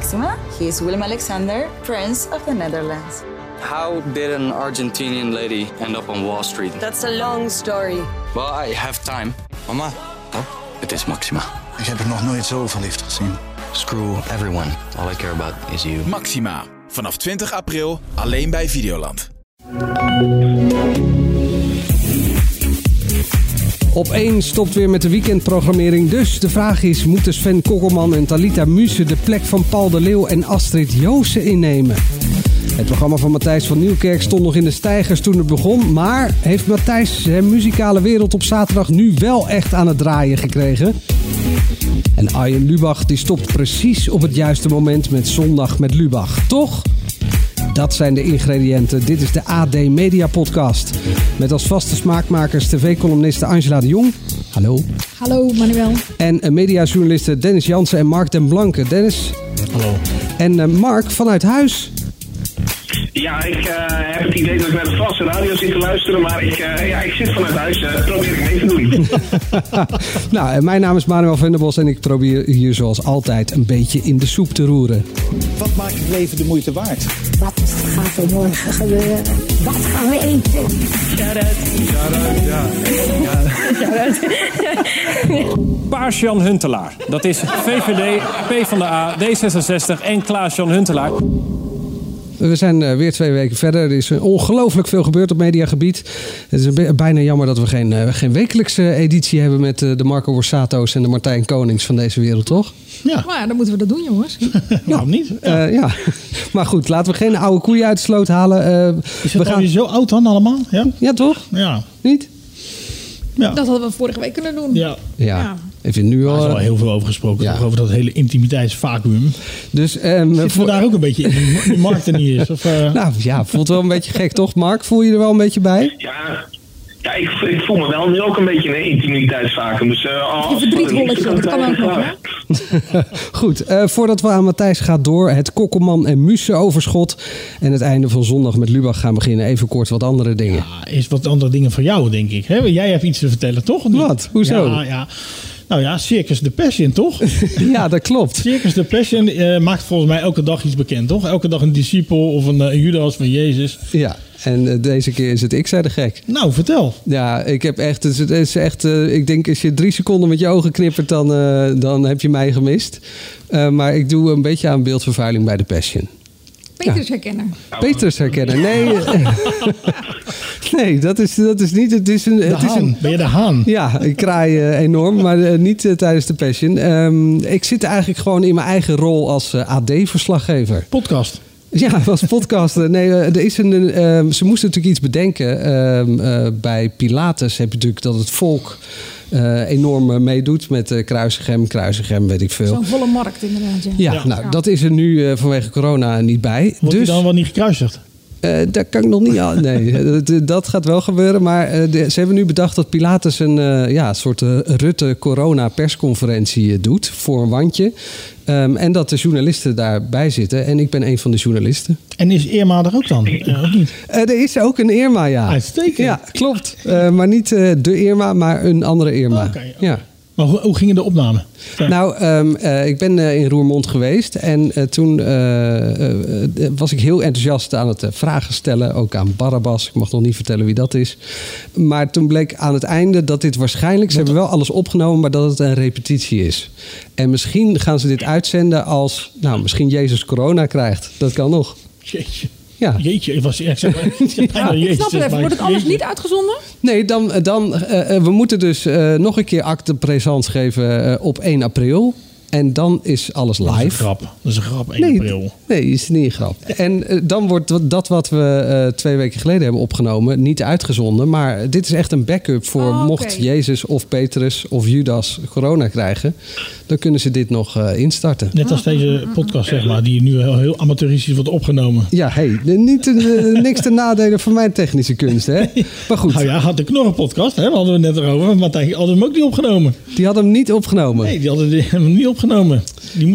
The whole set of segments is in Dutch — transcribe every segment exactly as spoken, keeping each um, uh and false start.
Maxima. He is Willem Alexander, Prince of the Netherlands. How did an Argentinian lady end up on Wall Street? That's a long story. Well, I have time. Mama, Oh, het is Maxima. ik heb er nog nooit zo verliefd gezien. Screw everyone. All I care about is you. Maxima. Vanaf twintig april alleen bij Videoland. Op één stopt weer met de weekendprogrammering. Dus de vraag is, moeten Sven Kokkelman en Talita Muse de plek van Paul de Leeuw en Astrid Joosen innemen? Het programma van Matthijs van Nieuwkerk stond nog in de steigers toen het begon. Maar heeft Matthijs zijn muzikale wereld op zaterdag nu wel echt aan het draaien gekregen? En Arjen Lubach die stopt precies op het juiste moment met Zondag met Lubach. Toch? Dat zijn de ingrediënten. Dit is de A D Media Podcast. Met als vaste smaakmakers tv-columniste Angela de Jong. Hallo. Hallo Manuel. En mediajournalisten Dennis Jansen en Mark den Blanke. Dennis. Hallo. En uh, Mark vanuit huis. Ja, ik uh, heb het idee dat ik naar de vaste radio zit te luisteren, maar ik, uh, ja, ik zit vanuit huis. Uh, probeer ik mee te doen. Nou, en mijn naam is Manuel Venderbos en ik probeer hier zoals altijd een beetje in de soep te roeren. Wat maakt het leven de moeite waard? Wat gaat er morgen gebeuren? Wat gaan we eten? Shout-out. Shout-out, ja. Shout-out. Paars-Jan Huntelaar. Dat is V V D, PvdA, D zesenzestig en Klaas-Jan Huntelaar. We zijn uh, weer twee weken verder. Er is uh, ongelooflijk veel gebeurd op mediagebied. Het is een be- bijna jammer dat we geen, uh, geen wekelijkse editie hebben met uh, de Marco Borsato's en de Martijn Konings van deze wereld, toch? Ja. Maar ja, dan moeten we dat doen, jongens. Waarom niet? Ja. Uh, ja. Maar goed, laten we geen oude koeien uit de sloot halen. Uh, Is we het gaan... gaan... zo oud dan allemaal? Ja, ja toch? Ja. Niet? Ja. Dat hadden we vorige week kunnen doen. Ja. Ja. Ja. Ik vind nu Er al... is wel heel veel over gesproken. Ja. Toch over dat hele intimiteitsvacuüm. Dus, um, Zitten voor... we daar ook een beetje in? Die markt er niet is? Of, uh... Nou ja, voelt wel een beetje gek, toch? Mark, voel je er wel een beetje bij? Ja, ja ik, ik voel me wel nu ook een beetje een intimiteitsvacuüm. Dus, uh, Je verdrietholletje, dat kan ook nog, hè? Goed, uh, voordat we aan Matthijs gaat door, het Kokkelman en Muse overschot en het einde van Zondag met Lubach gaan beginnen. Even kort wat andere dingen. Ja, is wat andere dingen van jou, denk ik. Hè? Jij hebt iets te vertellen, toch? Of niet? Wat? Hoezo? Ja, ja. Nou ja, Circus de Passion, toch? Ja, dat klopt. Circus de Passion uh, maakt volgens mij elke dag iets bekend, toch? Elke dag een discipel of een, uh, een Judas van Jezus. Ja, en uh, deze keer is het Ik zei de gek. Nou, vertel. Ja, ik heb echt, het is, het is echt, uh, ik denk als je drie seconden met je ogen knippert, dan, uh, dan heb je mij gemist. Uh, maar ik doe een beetje aan beeldvervuiling bij de Passion. Petrus herkenner. Petrus herkennen. Nee, nee dat, is, dat is niet. Het is een, De het is haan. een, Ben je de haan? ja, ik kraai uh, enorm, maar uh, niet uh, tijdens de Passion. Um, ik zit eigenlijk gewoon in mijn eigen rol als uh, A D-verslaggever. Podcast. Ja, als podcaster. Nee, uh, er is een, uh, ze moesten natuurlijk iets bedenken. Uh, uh, bij Pilatus heb je natuurlijk dat het volk uh, enorm uh, meedoet met uh, Kruisigem, Kruisigem, weet ik veel. Zo'n volle markt inderdaad. Ja, Ja, Ja. nou, dat is er nu uh, vanwege corona niet bij. Wordt dus hij dan wel niet gekruisigd? Uh, daar kan ik nog niet aan. Nee, dat, dat gaat wel gebeuren. Maar uh, de, ze hebben nu bedacht dat Pilatus een uh, ja, soort uh, Rutte-corona-persconferentie uh, doet voor een wandje. Um, en dat de journalisten daarbij zitten. En ik ben een van de journalisten. En is Irma er ook dan? Uh, of niet? Uh, er is ook een Irma, ja. Uitstekend. Ja, klopt. Uh, maar niet uh, de Irma, maar een andere Irma. Oké, oké. Ja. Maar hoe, hoe gingen de opnamen? Ja. Nou, um, uh, ik ben uh, in Roermond geweest en uh, toen uh, uh, uh, was ik heel enthousiast aan het uh, vragen stellen, ook aan Barabbas. Ik mag nog niet vertellen wie dat is. Maar toen bleek aan het einde dat dit waarschijnlijk, ze hebben wel alles opgenomen, maar dat het een repetitie is. En misschien gaan ze dit uitzenden als, nou, misschien Jezus corona krijgt. Dat kan nog. Jeetje. Ja. Jeetje, ik was ik zeg, ik zeg bijna Ik Jezus, snap het even. maar Wordt het anders Jeetje. niet uitgezonden? Nee, dan, dan uh, uh, we moeten dus uh, nog een keer acte présence geven uh, op één april. En dan is alles live. Dat is een grap. Dat is een grap, één Nee, april. nee, is niet een grap. En uh, dan wordt dat wat we uh, twee weken geleden hebben opgenomen niet uitgezonden. Maar dit is echt een backup voor Oh, mocht oké. Jezus of Petrus of Judas corona krijgen. Dan kunnen ze dit nog uh, instarten. Net als deze podcast, zeg maar, die nu heel, heel amateuristisch wordt opgenomen. Ja, hey, niet, uh, niks te nadelen van mijn technische kunst, hè? Maar goed, Nou ja, had de Knorren podcast, hè, hadden we het net erover. Maar die hadden hem ook niet opgenomen. die hadden hem niet opgenomen. Nee, die hadden hem niet opgenomen. Die moesten Nou. hem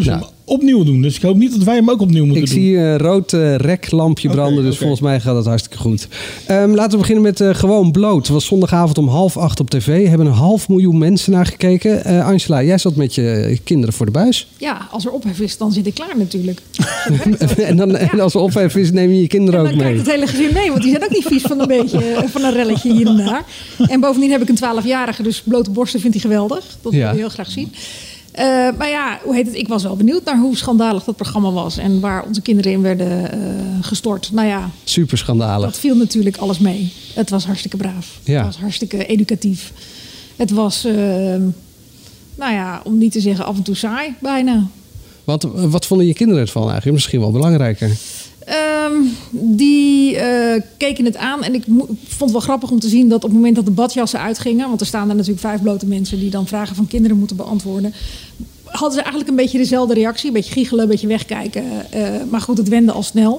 opnieuw doen. Dus ik hoop niet dat wij hem ook opnieuw moeten ik doen. Ik zie een rood uh, reklampje branden, okay, dus okay. volgens mij gaat het hartstikke goed. Um, laten we beginnen met uh, Gewoon Bloot. Het was zondagavond om half acht op tv. Hebben een half miljoen mensen naar gekeken. Uh, Angela, jij zat met je kinderen voor de buis. Ja, als er ophef is, dan zit ik klaar natuurlijk. en, dan, ja. en als er ophef is, neem je je kinderen ook mee. Dan kijkt het hele gezin mee, want die zijn ook niet vies van een beetje van een relletje hier en daar. En bovendien heb ik een twaalfjarige, dus blote borsten vindt hij geweldig. Dat wil je heel graag zien. Uh, maar ja, hoe heet het? Ik was wel benieuwd naar hoe schandalig dat programma was. En waar onze kinderen in werden uh, gestort. Nou ja. Super schandalig. Dat viel natuurlijk alles mee. Het was hartstikke braaf. Ja. Het was hartstikke educatief. Het was, uh, nou ja, om niet te zeggen af en toe saai, bijna. Want wat vonden je kinderen ervan eigenlijk? Misschien wel belangrijker. Um, die uh, keken het aan en ik mo- vond het wel grappig om te zien dat op het moment dat de badjassen uitgingen, want er staan er natuurlijk vijf blote mensen die dan vragen van kinderen moeten beantwoorden, hadden ze eigenlijk een beetje dezelfde reactie. Een beetje giechelen, een beetje wegkijken. Uh, maar goed, het wende al snel.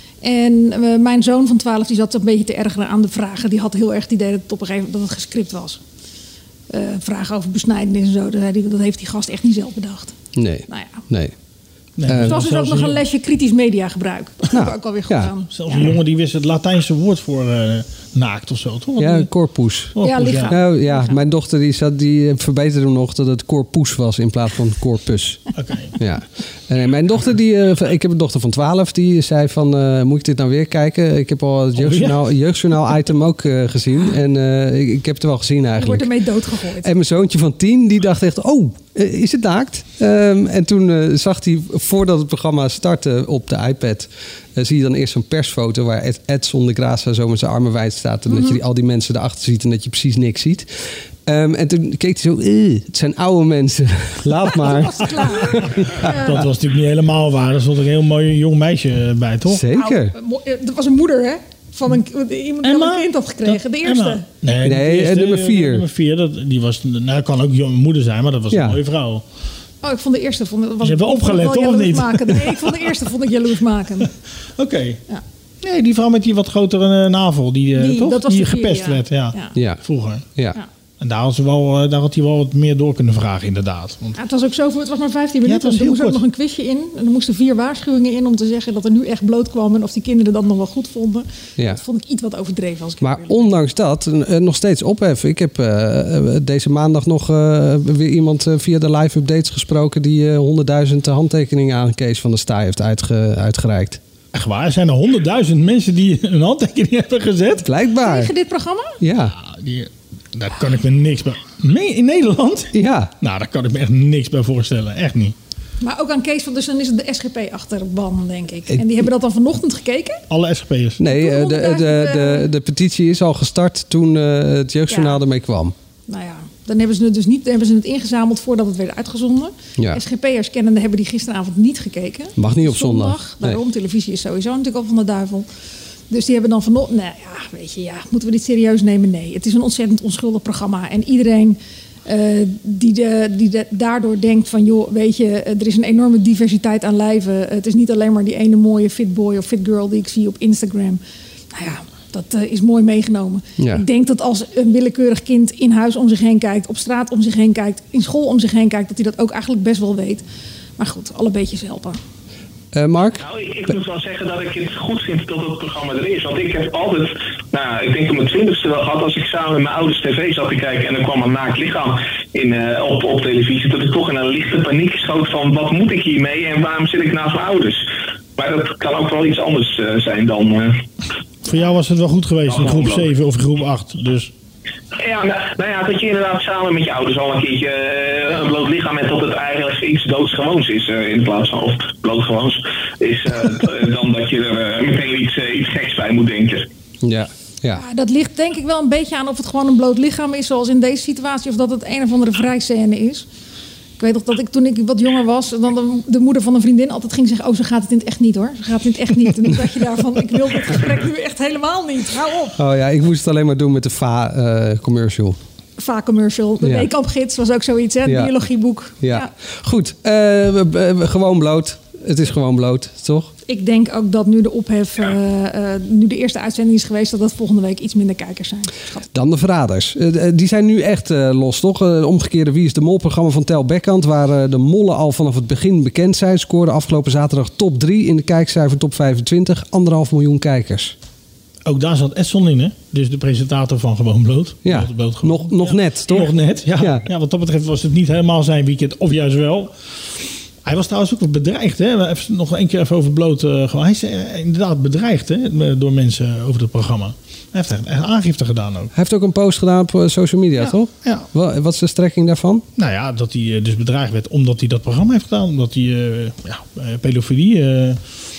En uh, mijn zoon van twaalf die zat een beetje te ergeren aan de vragen. Die had heel erg het idee dat het op een gegeven moment dat het gescript was. Uh, vragen over besnijdenis en zo. Dat, hij, dat heeft die gast echt niet zelf bedacht. Nee, nou ja. nee. Nee, uh, het was dus ook nog een lesje kritisch mediagebruik. Dat heb ik ook alweer goed ja. aan. Zelfs ja. een jongen die wist het Latijnse woord voor uh, naakt of zo, toch? Ja, corpus. corpus. Ja, lichaam. Nou, ja, lichaam. mijn dochter die zat, die verbeterde hem nog dat het corpus was in plaats van corpus. Oké. Okay. Ja. En mijn dochter, die, uh, ik heb een dochter van twaalf, die zei van, uh, moet ik dit nou weer kijken? Ik heb al het jeugdjournaal, oh, ja. jeugdjournaal item ook uh, gezien. En uh, ik, ik heb het wel gezien eigenlijk. Je wordt ermee doodgegooid. En mijn zoontje van tien, die dacht echt, oh, is het naakt? Um, en toen uh, zag hij, voordat het programma startte op de iPad, uh, zie je dan eerst zo'n persfoto waar Ed, Edson de Graça zo met zijn armen wijd staat. En mm-hmm. dat je die, al die mensen erachter ziet en dat je precies niks ziet. Um, en toen keek hij zo, het zijn oude mensen, laat maar. Dat was klaar. Ja. Dat was natuurlijk niet helemaal waar. Er stond een heel mooi jong meisje bij, toch? Zeker. Nou, dat was een moeder, hè? Van een, iemand die een kind had gekregen. Dat, de eerste. Emma. Nee, nee de eerste, nummer vier. Nummer vier, dat, die was, nou, kan ook een moeder zijn, maar dat was ja. een mooie vrouw. Oh, ik vond de eerste... Vond, was je hebt wel opgelet, toch? Of niet? Nee, ik vond de eerste vond ik jaloersmakend. Oké. Okay. Ja. Nee, die vrouw met die wat grotere uh, navel, die, die, toch? Dat was die vier, gepest ja. werd, ja. Ja. ja. Vroeger. Ja. ja. En daar had, ze wel, uh, daar had hij wel wat meer door kunnen vragen, inderdaad. Want... Ja, het was ook zo, het was maar vijftien minuten. Ja, er moest ook nog een quizje in. En er moesten vier waarschuwingen in om te zeggen dat er nu echt bloot kwam. En of die kinderen dat nog wel goed vonden. Ja. Dat vond ik iets wat overdreven. Als ik maar ondanks dat, uh, nog steeds ophef. Ik heb uh, deze maandag nog uh, weer iemand uh, via de live updates gesproken die uh, honderdduizend handtekeningen aan Kees van der Staaij heeft uitge, uitgereikt. Echt waar? Zijn er honderdduizend mensen die een handtekening hebben gezet? Blijkbaar. Tegen dit programma? Ja. ja die, daar kan ik me niks bij... Nee, in Nederland? Ja. Nou, daar kan ik me echt niks bij voorstellen. Echt niet. Maar ook aan Kees van... Dus dan is het de S G P-achterban, denk ik. En die hebben dat dan vanochtend gekeken? Alle S G P'ers. Nee, de, de, de, de, de petitie is al gestart toen uh, het Jeugdjournaal ja. ermee kwam. Nou ja, dan hebben ze het dus niet, hebben ze het ingezameld voordat het werd uitgezonden. Ja. S G P'ers kennende hebben die gisteravond niet gekeken. Mag niet op zondag. zondag. Daarom, nee. Televisie is sowieso natuurlijk al van de duivel. Dus die hebben dan vanochtend... Nou ja, weet je, ja, moeten we dit serieus nemen? Nee, het is een ontzettend onschuldig programma. En iedereen uh, die, de, die de, daardoor denkt van... joh, weet je, er is een enorme diversiteit aan lijven. Het is niet alleen maar die ene mooie fit boy of fit girl die ik zie op Instagram. Nou ja... Dat uh, is mooi meegenomen. Ja. Ik denk dat als een willekeurig kind in huis om zich heen kijkt... op straat om zich heen kijkt, in school om zich heen kijkt... dat hij dat ook eigenlijk best wel weet. Maar goed, alle beetjes helpen. Uh, Mark? Nou, ik, ik moet wel zeggen dat ik het goed vind dat het programma er is. Want ik heb altijd, nou, ik denk op mijn twintigste wel gehad... als ik samen met mijn ouders tv zat te kijken... en er kwam een naakt lichaam in, uh, op, op televisie... dat ik toch in een lichte paniek schoot van... wat moet ik hiermee en waarom zit ik naast mijn ouders? Maar dat kan ook wel iets anders uh, zijn dan... Uh, Voor jou was het wel goed geweest in groep zeven of groep acht, dus... Ja, nou, nou ja, dat je inderdaad samen met je ouders al een keertje uh, een bloot lichaam hebt... dat het eigenlijk iets doodsgewoons is uh, in plaats van... of blootgewoons is uh, dan dat je er uh, meteen iets, uh, iets geks bij moet denken. Ja. Ja. Ja, dat ligt denk ik wel een beetje aan of het gewoon een bloot lichaam is... zoals in deze situatie, of dat het een of andere vrijscène is... Ik weet nog dat ik toen ik wat jonger was, dan de, de moeder van een vriendin altijd ging zeggen... oh, zo gaat het in het echt niet hoor. Zo gaat het in het echt niet. En dan dacht je daarvan, ik wil dit gesprek nu echt helemaal niet. Hou op. Oh ja, ik moest het alleen maar doen met de V A-commercial. Uh, V A-commercial. De ja. Weekampgids was ook zoiets, hè? Het ja. biologieboek. Ja. ja. Goed, uh, we, we, gewoon bloot. het is gewoon bloot, toch? Ik denk ook dat nu de ophef, uh, uh, nu de eerste uitzending is geweest, dat dat volgende week iets minder kijkers zijn. Schat. Dan de verraders. Uh, die zijn nu echt uh, los, toch? Uh, omgekeerde Wie is de Mol-programma van Tel Bekkant, waar uh, de mollen al vanaf het begin bekend zijn. Scoorde afgelopen zaterdag top drie in de kijkcijfer top vijfentwintig. Anderhalf miljoen kijkers. Ook daar zat Edson in, hè? Dus de presentator van Gewoon Bloot. Ja, Bloot, bloot, gewoon. nog, nog ja. net, toch? Nog net, ja. Ja. ja. Wat dat betreft was het niet helemaal zijn weekend, of juist wel. Hij was trouwens ook wel bedreigd, hè? Even, nog een keer even over Bloot. Uh, gewoon. Hij is uh, inderdaad bedreigd, hè? Door mensen over het programma. Hij heeft echt, echt aangifte gedaan ook. Hij heeft ook een post gedaan op uh, social media, ja, toch? Ja. Wat, wat is de strekking daarvan? Nou ja, dat hij uh, dus bedreigd werd omdat hij dat programma heeft gedaan. Omdat hij uh, ja, uh, pedofilie... Uh,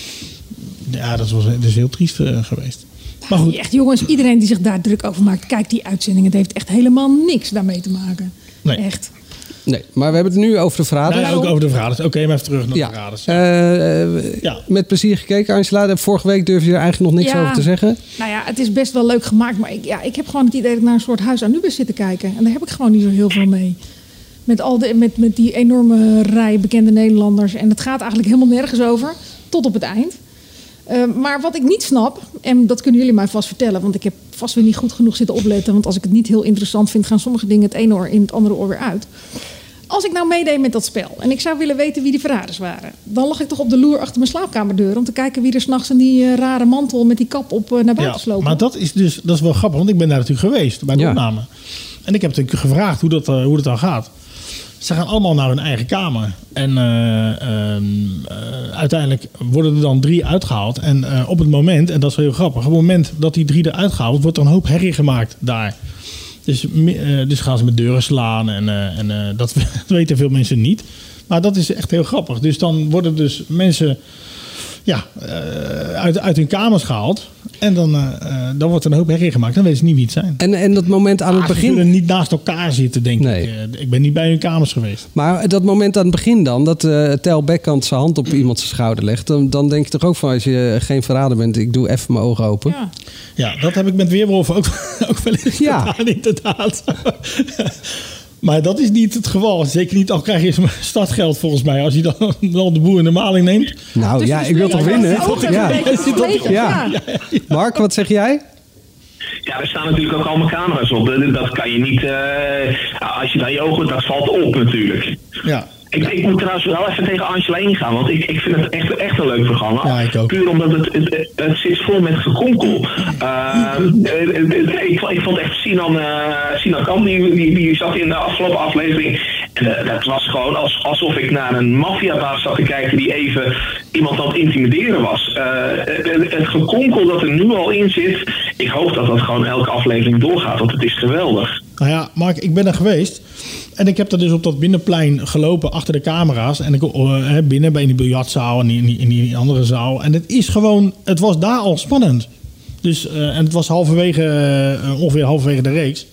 ja, dat, was, dat is heel triest uh, geweest. Maar goed. Echt jongens, iedereen die zich daar druk over maakt, kijkt die uitzending. Het heeft echt helemaal niks daarmee te maken. Nee. Echt. Nee, maar we hebben het nu over de verraders. Nou ja, ook over de verraders. Oké, okay, maar even terug naar ja. de verraders. Uh, uh, ja. Met plezier gekeken, Angela. Vorige week durf je er eigenlijk nog niks ja, over te zeggen. Nou ja, het is best wel leuk gemaakt. Maar ik, ja, ik heb gewoon het idee dat ik naar een soort Huis aan Nubes zit te kijken. En daar heb ik gewoon niet zo heel veel mee. Met, al de, met, met die enorme rij bekende Nederlanders. En het gaat eigenlijk helemaal nergens over. Tot op het eind. Uh, maar wat ik niet snap, en dat kunnen jullie mij vast vertellen, want ik heb vast weer niet goed genoeg zitten opletten, want als ik het niet heel interessant vind, gaan sommige dingen het ene oor in het andere oor weer uit. Als ik nou meedeed met dat spel en ik zou willen weten wie die verraders waren, dan lag ik toch op de loer achter mijn slaapkamerdeur om te kijken wie er s'nachts in die uh, rare mantel met die kap op uh, naar buiten ja, slopen. Maar dat is dus dat is wel grappig, want ik ben daar natuurlijk geweest bij de ja. opname. En ik heb natuurlijk gevraagd hoe dat, uh, hoe dat dan gaat. Ze gaan allemaal naar hun eigen kamer. En uh, uh, uh, uiteindelijk worden er dan drie uitgehaald. En uh, op het moment, en dat is wel heel grappig, op het moment dat die drie eruit gehaald, wordt er een hoop herrie gemaakt daar. Dus, uh, dus gaan ze met deuren slaan. En, uh, en uh, dat weten veel mensen niet. Maar dat is echt heel grappig. Dus dan worden dus mensen ja, uh, uit, uit hun kamers gehaald. En dan, uh, dan wordt er een hoop herrie gemaakt. Dan weten ze niet wie het zijn. En, en dat moment aan ah, het begin... Ze zullen niet naast elkaar zitten, denk nee. ik. Uh, ik ben niet bij hun kamers geweest. Maar dat moment aan het begin dan, dat uh, Tel Bekkant zijn hand op iemands schouder legt. Dan, dan denk je toch ook van, als je geen verrader bent, ik doe even mijn ogen open. Ja, ja dat heb ik met Weerwolf ook, ook wel eens ja. gedaan, inderdaad. Maar dat is niet het geval. Zeker niet al krijg je startgeld volgens mij. Als je dan, dan de boer in de maling neemt. Nou dus ja, ik wil toch winnen? Ja. Ja. Ja. Mark, wat zeg jij? Ja, er staan natuurlijk ook allemaal camera's op. Dat, dat kan je niet... Uh, als je naar je ogen... Dat valt op natuurlijk. Ja. Ik, ik moet trouwens wel even tegen Angela ingaan, want ik, ik vind het echt, echt een leuk programma. Ja, ik ook. Puur omdat het, het, het zit vol met gekonkel. Uh, ik, ik vond echt Sinan, uh, Sinan Kamp, die, die, die zat in de afgelopen aflevering. En uh, dat was gewoon als, alsof ik naar een maffiabaas zat te kijken die even iemand aan het intimideren was. Uh, het, het gekonkel dat er nu al in zit, ik hoop dat dat gewoon elke aflevering doorgaat, want het is geweldig. Nou ja, Mark, ik ben er geweest. En ik heb er dus op dat binnenplein gelopen achter de camera's. En ik uh, binnen bij die biljartzaal en in die, in die andere zaal. En het is gewoon, het was daar al spannend. Dus, uh, en het was halverwege, uh, ongeveer halverwege de reeks.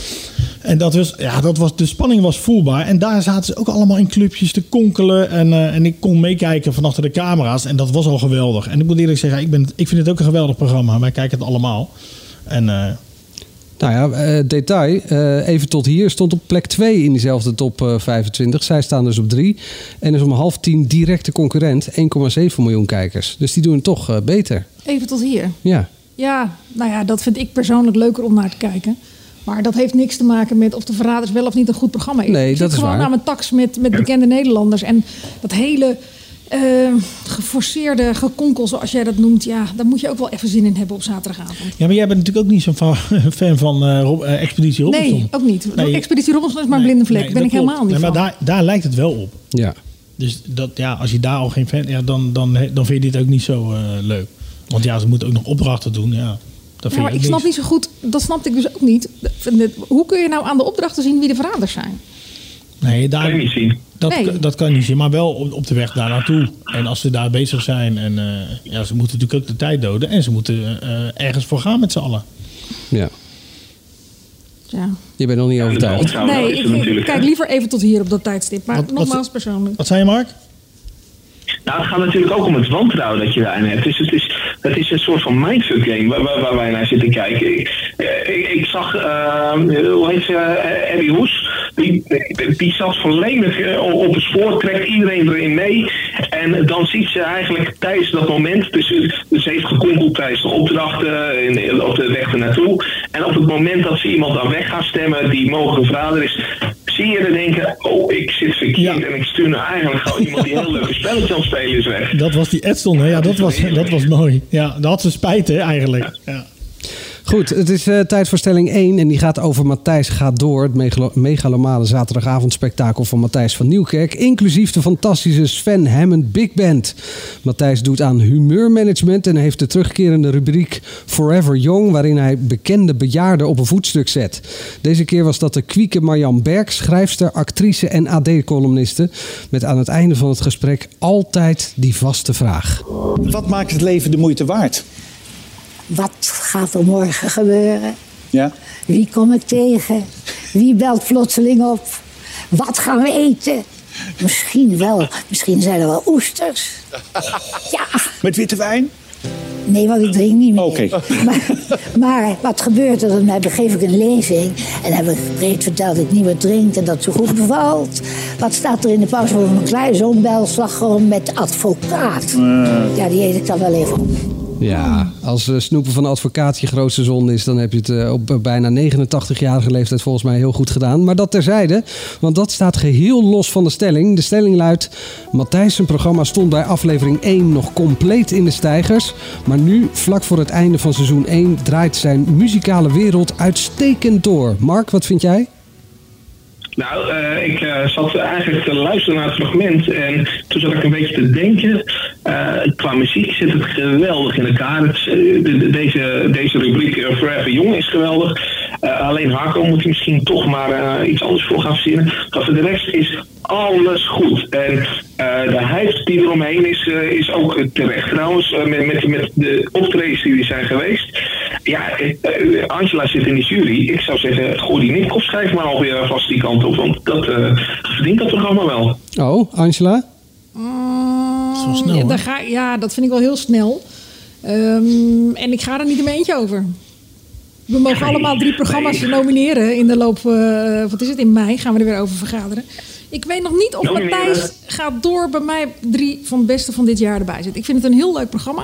En dat was, ja, dat was, de spanning was voelbaar. En daar zaten ze ook allemaal in clubjes te konkelen. En, uh, en ik kon meekijken van achter de camera's. En dat was al geweldig. En ik moet eerlijk zeggen, ik, ben, ik vind het ook een geweldig programma. Wij kijken het allemaal. En... Uh, Nou ja, uh, detail. Uh, even tot hier stond op plek twee in diezelfde top uh, vijfentwintig. Zij staan dus op drie. En is om half tien directe concurrent. één komma zeven miljoen kijkers. Dus die doen het toch uh, beter. even tot hier. Ja. Ja, nou ja, dat vind ik persoonlijk leuker om naar te kijken. Maar dat heeft niks te maken met of de Verraders wel of niet een goed programma is. Nee, ik dat zit is gewoon waar. aan mijn tax met, met bekende Nederlanders. En dat hele uh, geforceerde gekonkel, zoals jij dat noemt... ja, daar moet je ook wel even zin in hebben op zaterdagavond. Ja, maar jij bent natuurlijk ook niet zo'n fan van uh, Rob, uh, Expeditie Robinson. Nee, ook niet. Nee, Expeditie Robinson is maar een nee, blinde vlek. nee, ben ik klopt. helemaal niet nee, maar van. daar, daar lijkt het wel op. Ja. Dus dat, ja, als je daar al geen fan... Ja, dan, dan, dan vind je dit ook niet zo uh, leuk. Want ja, ze moeten ook nog opdrachten doen. Ja, dat Ja, maar ik snap niet zo goed, dat snapte ik dus ook niet. Hoe kun je nou aan de opdrachten zien wie de verraders zijn? Nee, daar, kan je niet zien. Dat, Nee. dat kan je niet zien, maar wel op, op de weg daar naartoe. En als ze daar bezig zijn, en uh, ja, ze moeten natuurlijk ook de tijd doden. En ze moeten uh, ergens voor gaan met z'n allen. Ja. Ja. Je bent nog niet overtuigd. Nou, dat Nee, is ik, het ik natuurlijk, kijk hè. liever even tot hier op dat tijdstip. Maar Wat- wat- nogmaals persoonlijk. Wat zei je, Mark? Nou, het gaat natuurlijk ook om het wantrouwen dat je daarin hebt. Dus het is, het is een soort van mindfuck game waar, waar, waar wij naar zitten kijken. Ik, ik, ik zag, uh, hoe heet ze, uh, Abby Hoes. Die, die zat volledig uh, op het spoor, trekt iedereen erin mee. En dan ziet ze eigenlijk tijdens dat moment, dus, dus ze heeft gekonkeld tijdens de opdrachten in, op de weg ernaartoe. En op het moment dat ze iemand dan weg gaat stemmen die mogelijk vader is, zie je er denken, oh, ik zit verkeerd ja. en ik stuur nou eigenlijk gewoon iemand die heel leuke spelletje aan het spelen is weg. Dat was die Edson, hè? Ja, dat was, dat was mooi. Ja, dat had ze spijt, hè, eigenlijk. Ja. Ja. Goed, het is uh, tijd voor stelling één en die gaat over Matthijs gaat door. Het megalo- megalomane zaterdagavondspektakel van Matthijs van Nieuwkerk. Inclusief de fantastische Sven Hammond Big Band. Matthijs doet aan humeurmanagement en heeft de terugkerende rubriek Forever Young, waarin hij bekende bejaarden op een voetstuk zet. Deze keer was dat de kwieke Marjan Berk, schrijfster, actrice en A D-columniste. Met aan het einde van het gesprek altijd die vaste vraag. Wat maakt het leven de moeite waard? Wat gaat er morgen gebeuren? Ja? Wie kom ik tegen? Wie belt plotseling op? Wat gaan we eten? Misschien wel, misschien zijn er wel oesters. Ja. Met witte wijn? Nee, want ik drink niet meer. Oké. Okay. Maar, maar wat gebeurt er? Dan geef ik een lezing en heb ik breed verteld dat ik niet meer drink en dat het zo goed bevalt. Wat staat er in de pauze voor mijn kleinzoon belt slagroom met advocaat? Uh. Ja, die eet ik dan wel even op. Ja, als uh, snoepen van advocaat je grootste zonde is, dan heb je het uh, op uh, bijna negenentachtigjarige leeftijd volgens mij heel goed gedaan. Maar dat terzijde, want dat staat geheel los van de stelling. De stelling luidt, Matthijs zijn programma stond bij aflevering één nog compleet in de steigers. Maar nu, vlak voor het einde van seizoen één, draait zijn muzikale wereld uitstekend door. Mark, wat vind jij? Nou, uh, ik uh, zat eigenlijk te luisteren naar het fragment en toen zat ik een beetje te denken. Uh, qua muziek zit het geweldig in elkaar. Het, uh, de, de, deze, deze rubriek uh, Forever Young is geweldig. Uh, alleen Harco moet hij misschien toch maar uh, iets anders voor gaan verzinnen. Maar voor de rest is alles goed. En uh, de hype die eromheen is, uh, is ook terecht trouwens. Uh, met, met, met de optredens die er zijn geweest. Ja, uh, Angela zit in de jury. Ik zou zeggen, gooi die Nick of schrijf maar alweer vast die kant op. Want dat uh, verdient dat programma wel. Oh, Angela? Mm, Zo snel, ja, hè? daar ga, ja, dat vind ik wel heel snel. Um, en ik ga er niet in mijn eentje over. We mogen nee, allemaal drie programma's nee. nomineren in de loop, uh, wat is het, in mei gaan we er weer over vergaderen. Ik weet nog niet of nomineren. Matthijs gaat door bij mij drie van het beste van dit jaar erbij zit. Ik vind het een heel leuk programma.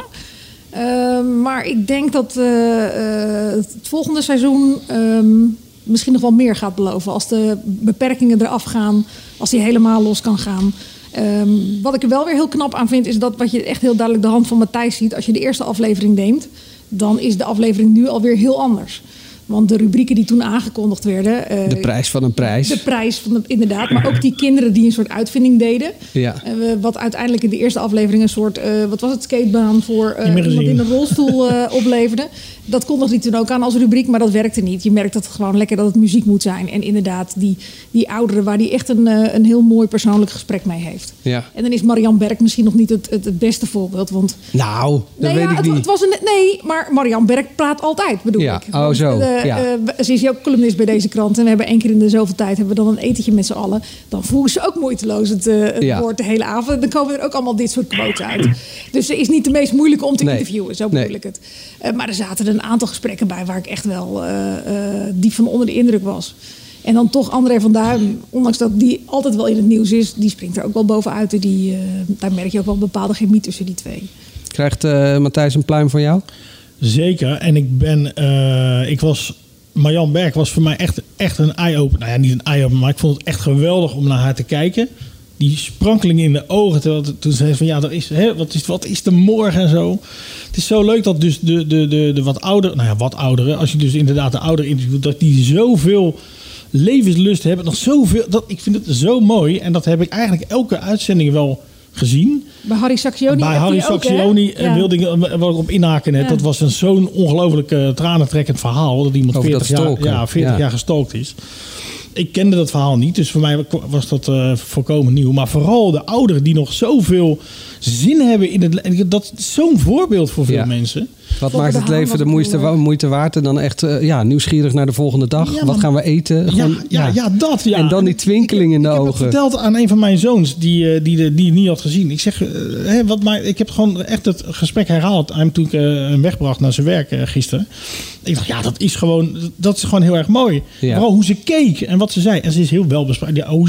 Uh, maar ik denk dat uh, uh, het volgende seizoen um, misschien nog wel meer gaat beloven. Als de beperkingen eraf gaan, als hij helemaal los kan gaan. Um, wat ik er wel weer heel knap aan vind, is dat wat je echt heel duidelijk de hand van Matthijs ziet. Als je de eerste aflevering neemt, dan is de aflevering nu alweer heel anders. Want de rubrieken die toen aangekondigd werden... Uh, de prijs van een prijs. De prijs van de, inderdaad. Maar ook die kinderen die een soort uitvinding deden. Ja. Uh, wat uiteindelijk in de eerste aflevering een soort... Uh, wat was het, skatebaan voor uh, iemand in een rolstoel uh, opleverde. Dat kondigde hij toen ook aan als rubriek, maar dat werkte niet. Je merkt dat het gewoon lekker dat het muziek moet zijn. En inderdaad, die, die ouderen waar hij echt een, uh, een heel mooi persoonlijk gesprek mee heeft. Ja. En dan is Marjan Berk misschien nog niet het, het, het beste voorbeeld. Want, nou, dat nee, weet ja, ik het, niet. Het was een, nee, maar Marjan Berk praat altijd, bedoel ja. ik. Oh, zo. De, ja. uh, ze is ook columnist bij deze krant. En we hebben één keer in de zoveel tijd hebben we dan een etentje met z'n allen. Dan voeren ze ook moeiteloos het, uh, het ja. woord de hele avond. Dan komen er ook allemaal dit soort quotes uit. Dus ze is niet de meest moeilijke om te nee. interviewen. Zo bedoel nee. ik het. Uh, maar er zaten een aantal gesprekken bij waar ik echt wel uh, uh, diep van onder de indruk was. En dan toch André van Duin, ondanks dat die altijd wel in het nieuws is, die springt er ook wel bovenuit. Die, uh, daar merk je ook wel een bepaalde chemie tussen die twee. Krijgt uh, Matthijs een pluim van jou? Zeker. En ik ben, uh, ik was, Marjan Berk was voor mij echt, echt een eye-opener. Nou ja, niet een eye-opener, maar ik vond het echt geweldig om naar haar te kijken. Die sprankeling in de ogen, terwijl toen zei ze van ja, er is, hè, wat, is, wat is er morgen en zo. Het is zo leuk dat dus de, de, de, de wat ouderen, nou ja, wat ouderen, als je dus inderdaad de ouderen interviewt, dat die zoveel levenslust hebben, nog zoveel, dat, ik vind het zo mooi en dat heb ik eigenlijk elke uitzending wel gezien. Bij Harry Saxioni. Bij Harry Saxioni ja. wilde ik wel op inhaken net. Ja. Dat was een zo'n ongelooflijk uh, tranentrekkend verhaal dat iemand veertig, jaar, ja, veertig ja. jaar gestalkt is. Ik kende dat verhaal niet, dus voor mij was dat uh, volkomen nieuw. Maar vooral de ouderen die nog zoveel zin hebben in het... Dat is zo'n voorbeeld voor veel ja. mensen. Wat Volker maakt het leven de moeite, moeite waard? En dan echt uh, ja, nieuwsgierig naar de volgende dag. Ja, wat gaan we eten? Gewoon, ja, ja, ja. ja, dat. Ja. En dan die twinkeling ik, in de ik ogen. Ik heb het verteld aan een van mijn zoons die, die, die, die het niet had gezien. Ik zeg, uh, hè, wat maar, ik heb gewoon echt het gesprek herhaald aan hem toen ik uh, hem wegbracht naar zijn werk uh, gisteren. Ik dacht, ja, dat is gewoon, dat is gewoon heel erg mooi. Ja. Vooral hoe ze keek en wat ze zei. En ze is heel welbespraakt. Ja, hoe ze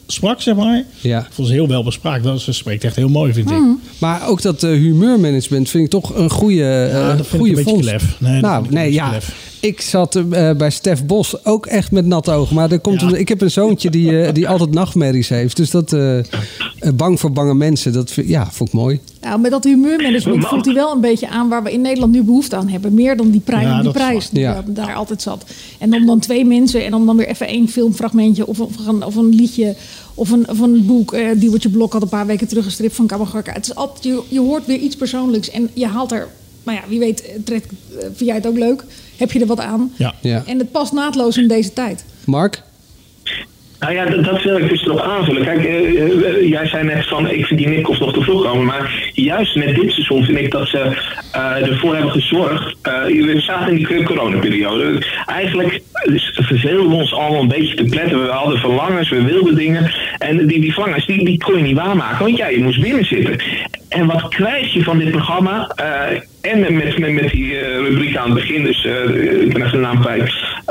sprak, zeg maar. Ja. Ik vond ze heel wel bespraakt. Dat, ze spreekt echt heel mooi, vind ik. Mm. Maar ook dat uh, humeurmanagement vind ik toch een goede uh, Ja, dat vind goede ik een vondst. beetje klef. Nee, dat nou, vind ik nee, een beetje ja. klef. Ik zat uh, bij Stef Bos ook echt met natte ogen. Maar er komt Ja. een, ik heb een zoontje die, uh, die altijd nachtmerries heeft. Dus dat uh, uh, bang voor bange mensen, dat vind- ja, vond ik mooi. Nou, met dat humeurmanagement voelt hij wel een beetje aan waar we in Nederland nu behoefte aan hebben. Meer dan die, prij- Ja, die dat is prijs waar. die Ja. daar altijd zat. En om dan twee mensen en om dan weer even één filmfragmentje of, of, een, of een liedje of een, of een boek. Uh, Diewertje Blok had een paar weken terug een strip van Kabagarka. Het is altijd, je, je hoort weer iets persoonlijks en je haalt er, nou ja, wie weet, trekt, uh, vind jij het ook leuk? Heb je er wat aan? Ja. Ja. En het past naadloos in deze tijd. Mark? Nou ja, dat, dat wil ik dus erop aanvullen. Kijk, uh, uh, jij zei net van, ik vind die Nikkels nog te vroeg komen. Maar juist met dit seizoen vind ik dat ze uh, ervoor hebben gezorgd. Uh, we zaten in die coronaperiode. Eigenlijk verveelden we ons allemaal een beetje te pletten. We hadden verlangens, we wilden dingen. En die, die verlangens, die, die kon je niet waarmaken. Want ja, je moest binnen zitten. En wat krijg je van dit programma? Uh, en met, met, met die uh, rubriek aan het begin, dus uh, ik ben even de naam kwijt.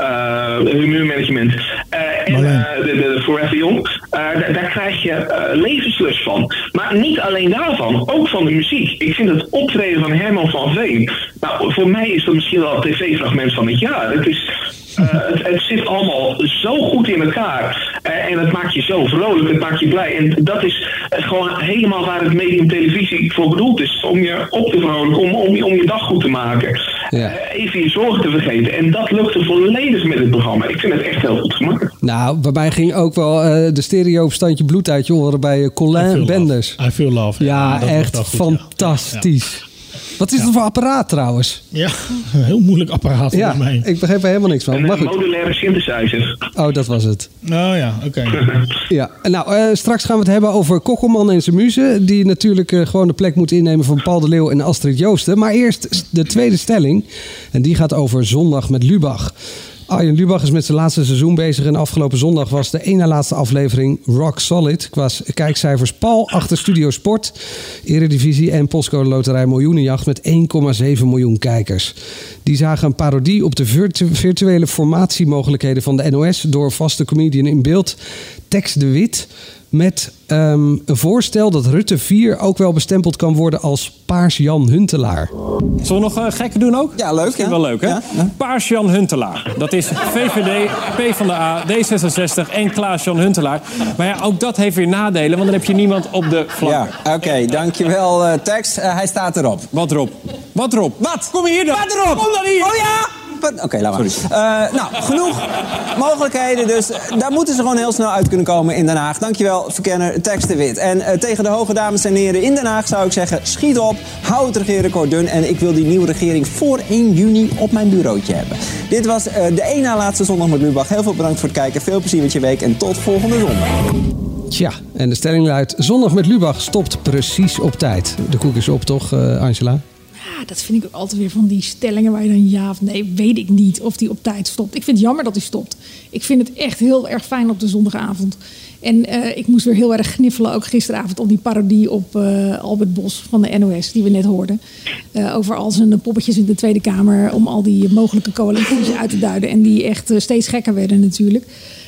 Uh, humeurmanagement. Uh, en uh, de, de, de Forever Young. Uh, daar, daar krijg je uh, levenslust van. Maar niet alleen daarvan, ook van de muziek. Ik vind het optreden van Herman van Veen. Nou, voor mij is dat misschien wel het tv-fragment van het jaar. Het is... Uh, het, het zit allemaal zo goed in elkaar. Uh, en het maakt je zo vrolijk, het maakt je blij. En dat is uh, gewoon helemaal waar het medium televisie voor bedoeld is. Om je op te vrolijken, om, om, om je dag goed te maken. Ja. Uh, even je zorgen te vergeten. En dat lukte volledig met het programma. Ik vind het echt heel goed gemaakt. Nou, bij mij ging ook wel uh, de stereo op standje bloed uit je oren bij uh, Colin Benders. I feel love. Ja, dat echt was wel goed, fantastisch. Ja. Wat is Ja. dat voor apparaat trouwens? Ja, een heel moeilijk apparaat Ja, volgens mij. ik begreep er helemaal niks van. Een Maar uh, goed. modulaire synthesizer. Oh, dat was het. Nou ja, oké. Okay. Ja, nou, uh, straks gaan we het hebben over Kokkelman en zijn muzen. Die natuurlijk uh, gewoon de plek moeten innemen van Paul de Leeuw en Astrid Joosten. Maar eerst de tweede stelling. En die gaat over Zondag met Lubach. Arjen Lubach is met zijn laatste seizoen bezig. En afgelopen zondag was de één na laatste aflevering Rock Solid. Qua kijkcijfers pal achter Studio Sport, Eredivisie en Postcode Loterij Miljoenenjacht met één komma zeven miljoen kijkers. Die zagen een parodie op de virtu- virtuele formatiemogelijkheden van de N O S door vaste comedian in beeld Tex de Wit. Met um, een voorstel dat Rutte vier ook wel bestempeld kan worden als Paars Jan Huntelaar. Zullen we nog uh, gekken doen ook? Ja, leuk. Misschien Ja. wel leuk, hè? Ja, ja. Paars Jan Huntelaar. Dat is V V D, PvdA, D zesenzestig en Klaas Jan Huntelaar. Maar ja, ook dat heeft weer nadelen, want dan heb je niemand op de flank. Ja, oké. Okay, dankjewel, uh, Tex. Uh, hij staat erop. Wat erop? Wat erop? Wat? Kom hier dan. Wat erop? Kom dan hier. Oh ja? Oké, okay, laat maar. Uh, nou, genoeg mogelijkheden. Dus uh, daar moeten ze gewoon heel snel uit kunnen komen in Den Haag. Dankjewel, verkenner Tex de Wit. En uh, tegen de hoge dames en heren in Den Haag zou ik zeggen... schiet op, hou het regeerakkoord dun... en ik wil die nieuwe regering voor één juni op mijn bureautje hebben. Dit was uh, de één na laatste zondag met Lubach. Heel veel bedankt voor het kijken. Veel plezier met je week en tot volgende zondag. Tja, en de stelling luidt... Zondag met Lubach stopt precies op tijd. De koek is op, toch, uh, Angela? Ja, dat vind ik ook altijd weer van die stellingen waar je dan ja of nee, weet ik niet of die op tijd stopt. Ik vind het jammer dat hij stopt. Ik vind het echt heel erg fijn op de zondagavond. En uh, ik moest weer heel erg gniffelen, ook gisteravond, om die parodie op uh, Albert Bos van de N O S, die we net hoorden. Uh, over al zijn poppetjes in de Tweede Kamer, om al die mogelijke coalities uit te duiden. En die echt uh, steeds gekker werden natuurlijk.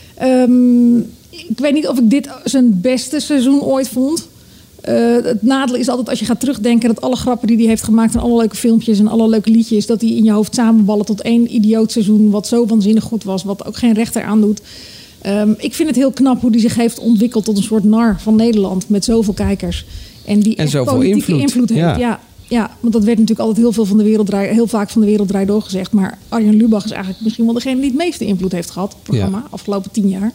Um, ik weet niet of ik dit zijn beste seizoen ooit vond. Uh, het nadeel is altijd als je gaat terugdenken dat alle grappen die hij heeft gemaakt en alle leuke filmpjes en alle leuke liedjes, dat die in je hoofd samenballen tot één idioot seizoen wat zo waanzinnig goed was, wat ook geen rechter aandoet. Um, ik vind het heel knap hoe die zich heeft ontwikkeld tot een soort nar van Nederland met zoveel kijkers. En die en echt zoveel politieke invloed, invloed heeft. Ja. Ja, ja, want dat werd natuurlijk altijd heel, veel van de wereld draai, heel vaak van de wereld draai doorgezegd. Maar Arjen Lubach is eigenlijk misschien wel degene die het meeste invloed heeft gehad op het programma, ja. afgelopen tien jaar.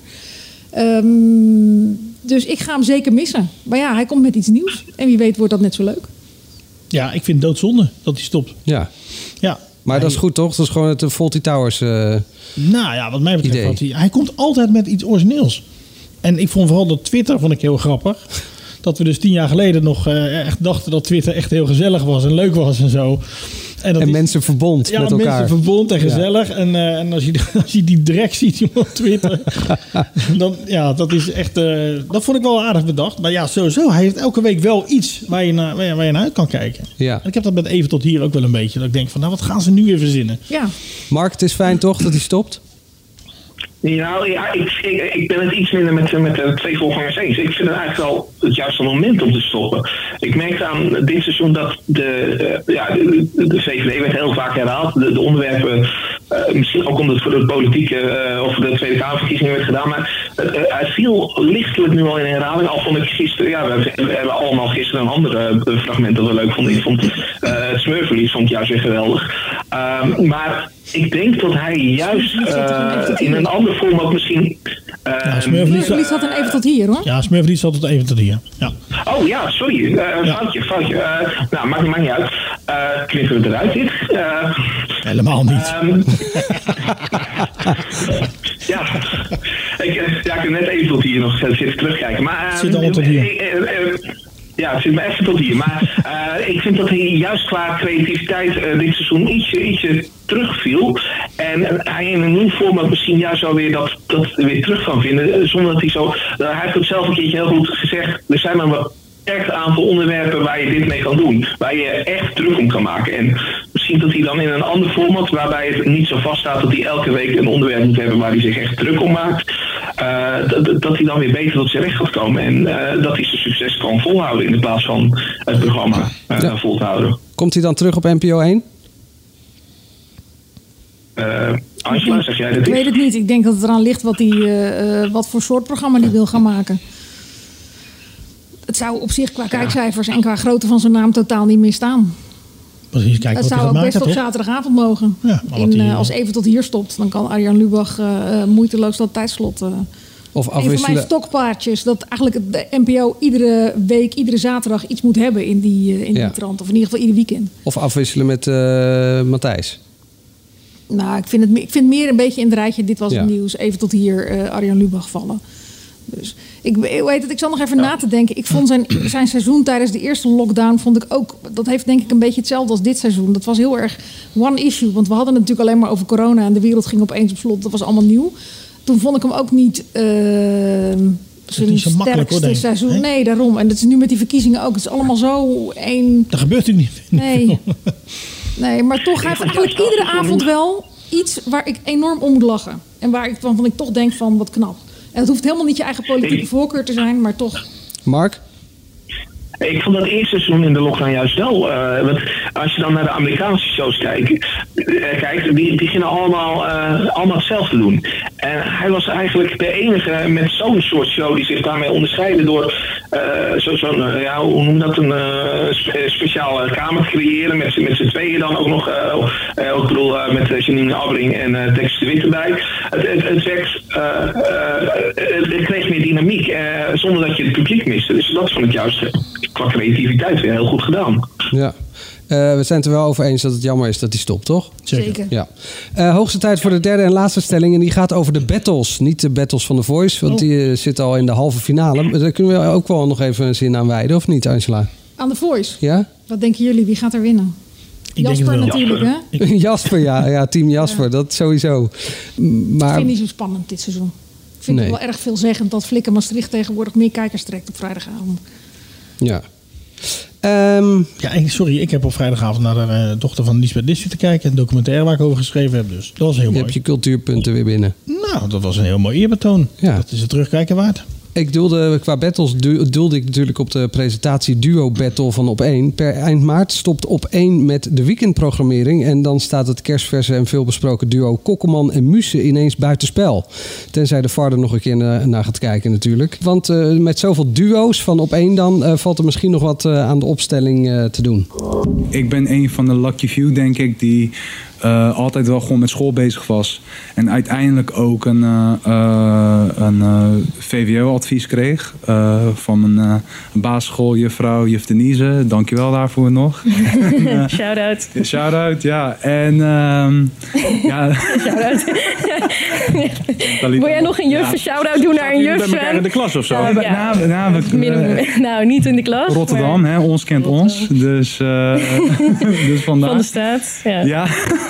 Um, dus ik ga hem zeker missen. Maar ja, hij komt met iets nieuws. En wie weet wordt dat net zo leuk. Ja, ik vind het doodzonde dat hij stopt. Ja. Ja. Maar hij... dat is goed, toch? Dat is gewoon het Fawlty Towers uh, Nou ja, wat mij betreft idee. had hij... Hij komt altijd met iets origineels. En ik vond vooral dat Twitter vond ik heel grappig. Dat we dus tien jaar geleden nog uh, echt dachten dat Twitter echt heel gezellig was en leuk was en zo. En, dat en is, mensen verbond ja, met elkaar. Ja, mensen verbond en gezellig. Ja. En, uh, en als, je, als je die drek ziet op Twitter, dan ja, dat is echt... Uh, dat vond ik wel aardig bedacht. Maar ja, sowieso. Hij heeft elke week wel iets waar je naar, waar je, waar je naar uit kan kijken. Ja. En ik heb dat met Even tot hier ook wel een beetje. Dat ik denk van, nou, wat gaan ze nu weer verzinnen? Ja. Mark, het is fijn toch dat hij stopt? Ja, ja ik, ik, ik ben het iets minder met, met de twee voorgangers eens. Ik vind het eigenlijk wel het juiste moment om te stoppen. Ik merkte aan dit seizoen dat de, uh, ja, de, de V V D werd heel vaak herhaald. De, de onderwerpen, uh, misschien ook omdat het voor de politieke uh, of de Tweede Kamerverkiezingen werd gedaan. Maar uh, het viel lichtelijk nu al in herhaling. Al vond ik gisteren, ja, we, we hebben allemaal gisteren een andere uh, fragment dat we leuk vonden. Ik vond uh, het Smurflied vond ik juist weer geweldig. Uh, maar ik denk dat hij juist uh, in een ander format misschien... Uh, ja, Smurflied had een even tot hier, hoor. Ja, Smurflied zat tot even tot hier. Ja. Oh ja, sorry. Uh, ja. Foutje, foutje. Uh, nou, maakt, maakt niet uit. Uh, knippen we eruit dit? Uh, Helemaal niet. Um, ja. Ik, ja, ik heb net even tot hier nog zitten terugkijken. Maar, uh, het zit allemaal tot hier. Uh, uh, uh, Ja, het zit me even tot hier. Maar uh, ik vind dat hij juist qua creativiteit uh, dit seizoen ietsje, ietsje terugviel. En uh, hij in een nieuw format misschien juist wel weer dat, dat weer terug kan vinden. Zonder dat hij zo... Uh, hij heeft het zelf een keertje heel goed gezegd. Er zijn maar een beperkt aantal onderwerpen waar je dit mee kan doen. Waar je echt druk om kan maken. En misschien dat hij dan in een ander format, waarbij het niet zo vaststaat dat hij elke week een onderwerp moet hebben waar hij zich echt druk om maakt. Uh, dat, dat hij dan weer beter tot zijn recht gaat komen. En uh, dat hij zijn succes kan volhouden in plaats van het programma uh, ja. vol te houden. Komt hij dan terug op N P O één? Uh, Angela, zeg jij dat? Ik weet het niet. Ik denk dat het eraan ligt wat, die, uh, uh, wat voor soort programma hij wil gaan maken. Het zou op zich qua kijkcijfers en qua grootte van zijn naam totaal niet meer staan. Precies, kijk het wat zou ook maken, best op toch? zaterdagavond mogen. Ja, In, uh, als even tot hier stopt, dan kan Arjan Lubach uh, moeiteloos dat tijdslot... Uh, Of afwisselen. Een van mijn stokpaardjes, dat eigenlijk de N P O iedere week, iedere zaterdag iets moet hebben in die, uh, in ja. die trant. Of in ieder geval ieder weekend. Of afwisselen met uh, Matthijs. Nou, ik vind, het, ik vind meer een beetje in het rijtje, dit was ja. het nieuws, even tot hier uh, Arjan Lubach vallen. Dus ik weet het, ik zal nog even ja. na te denken. Ik vond zijn, zijn seizoen tijdens de eerste lockdown, vond ik ook, dat heeft denk ik een beetje hetzelfde als dit seizoen. Dat was heel erg one issue, want we hadden het natuurlijk alleen maar over corona en de wereld ging opeens op slot. Dat was allemaal nieuw. Toen vond ik hem ook niet uh, zijn zo sterkste hoor, seizoen. nee? nee, daarom. En dat is nu met die verkiezingen ook. Het is allemaal zo één... Dat gebeurt u niet. Nee. nee, maar toch heeft eigenlijk iedere avond wel iets waar ik enorm om moet lachen. En waar ik, waarvan ik toch denk van, wat knap. En het hoeft helemaal niet je eigen politieke voorkeur te zijn, maar toch... Mark? Ik vond dat eerste seizoen in de lockdown juist wel. Uh, want als je dan naar de Amerikaanse shows kijkt, uh, kijkt die, die gingen allemaal, uh, allemaal hetzelfde doen. En hij was eigenlijk de enige met zo'n soort show die zich daarmee onderscheidde door uh, zo'n, zo uh, ja, hoe noem je dat, een uh, spe- speciale kamer te creëren. Met, met z'n tweeën dan ook nog. Uh, uh, ik bedoel, uh, met Janine Abbring en uh, Tex de Wit erbij. Het, het, het werd, uh, uh, het kreeg meer dynamiek, uh, zonder dat je het publiek miste. Dus dat vond ik juist qua creativiteit weer heel goed gedaan. Ja. Uh, we zijn het er wel over eens dat het jammer is dat hij stopt, toch? Zeker. Ja. Uh, hoogste tijd voor de derde en laatste stelling. En die gaat over de battles. Niet de battles van The Voice, want die uh, zitten al in de halve finale. Daar kunnen we ook wel nog even een zin aan wijden, of niet, Angela? Aan The Voice? Ja? Wat denken jullie? Wie gaat er winnen? Ik Jasper denk natuurlijk, Jasper. hè? Jasper, ja. ja. Team Jasper, ja. Dat sowieso. Maar... Ik vind het niet zo spannend dit seizoen. Ik vind nee. het wel erg veelzeggend dat Flikker Maastricht tegenwoordig meer kijkers trekt op vrijdagavond. Ja. Um, ja, sorry, ik heb op vrijdagavond naar de uh, dochter van Lisbeth List te kijken. Een documentaire waar ik over geschreven heb. Dus dat was heel je mooi. Je hebt je cultuurpunten weer binnen. Nou, dat was een heel mooi eerbetoon. Ja. Dat is het terugkijken waard. Ik doelde qua battles doelde ik natuurlijk op de presentatie Duo Battle van Op één. Per eind maart stopt Op één met de weekendprogrammering. En dan staat het kerstverse en veelbesproken duo Kokkelman en Muse ineens buitenspel. Tenzij de V A R er nog een keer naar, naar gaat kijken natuurlijk. Want uh, met zoveel duo's van Op één dan uh, valt er misschien nog wat uh, aan de opstelling uh, te doen. Ik ben een van de lucky few, denk ik, die uh, altijd wel gewoon met school bezig was. En uiteindelijk ook een, uh, uh, een uh, V W O-advies kreeg uh, van een uh, basisschooljuffrouw, juf Denise. Dankjewel daarvoor nog. uh, Shout-out. Shout-out, ja. En um, ja... Shout-out. Wil jij nog een juf, ja. shout-out doen naar een juf? Bij elkaar in de klas of zo? Uh, ja. nou, nou, we, uh, nou, niet in de klas. Rotterdam, maar... hè, ons kent Rotterdam. ons. Dus, uh, dus vandaar. Van de staat, ja. Ja.